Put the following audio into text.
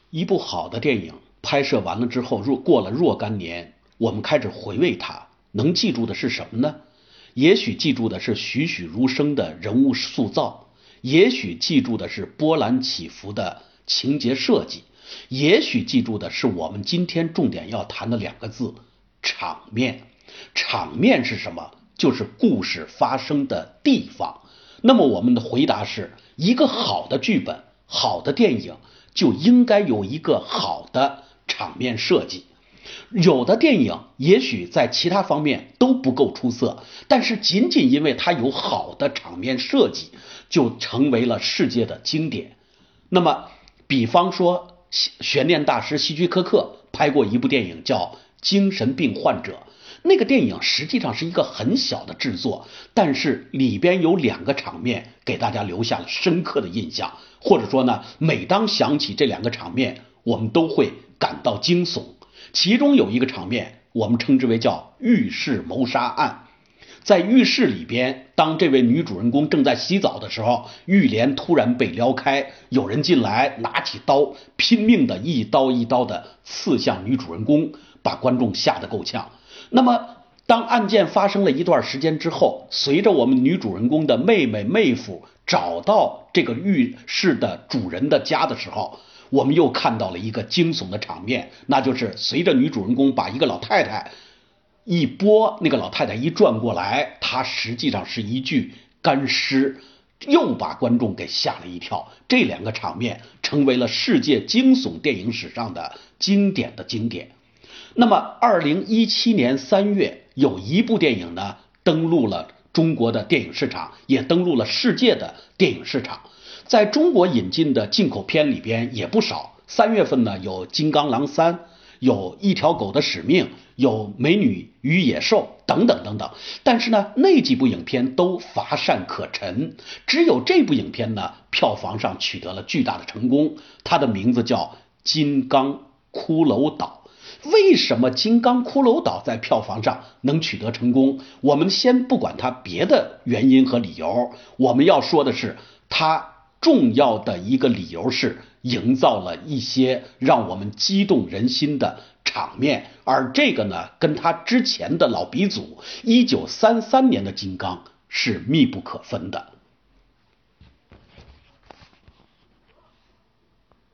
一部好的电影拍摄完了之后，过了若干年，我们开始回味它，能记住的是什么呢？也许记住的是栩栩如生的人物塑造，也许记住的是波澜起伏的情节设计，也许记住的是我们今天重点要谈的两个字：场面。场面是什么？就是故事发生的地方。那么我们的回答是，一个好的剧本，好的电影就应该有一个好的场面设计。有的电影也许在其他方面都不够出色，但是仅仅因为它有好的场面设计，就成为了世界的经典。那么比方说悬念大师希区柯克拍过一部电影叫《精神病患者》，那个电影实际上是一个很小的制作，但是里边有两个场面给大家留下了深刻的印象，或者说呢，每当想起这两个场面，我们都会感到惊悚。其中有一个场面，我们称之为叫浴室谋杀案。在浴室里边，当这位女主人公正在洗澡的时候，浴帘突然被撩开，有人进来拿起刀，拼命的一刀一刀的刺向女主人公，把观众吓得够呛。那么当案件发生了一段时间之后，随着我们女主人公的妹夫找到这个浴室的主人的家的时候，我们又看到了一个惊悚的场面，那就是随着女主人公把一个老太太一拨，那个老太太一转过来，她实际上是一具干尸，又把观众给吓了一跳。这两个场面成为了世界惊悚电影史上的经典的经典。那么2017年3月，有一部电影呢登陆了中国的电影市场，也登陆了世界的电影市场。在中国引进的进口片里边也不少，3月份呢有《金刚狼3》，有一条狗的使命，有美女与野兽等等等等。但是呢，那几部影片都乏善可陈，只有这部影片呢票房上取得了巨大的成功，它的名字叫金刚骷髅岛。为什么金刚骷髅岛在票房上能取得成功？我们先不管它别的原因和理由，我们要说的是它重要的一个理由是营造了一些让我们激动人心的场面，而这个呢跟它之前的老鼻祖1933年的金刚是密不可分的。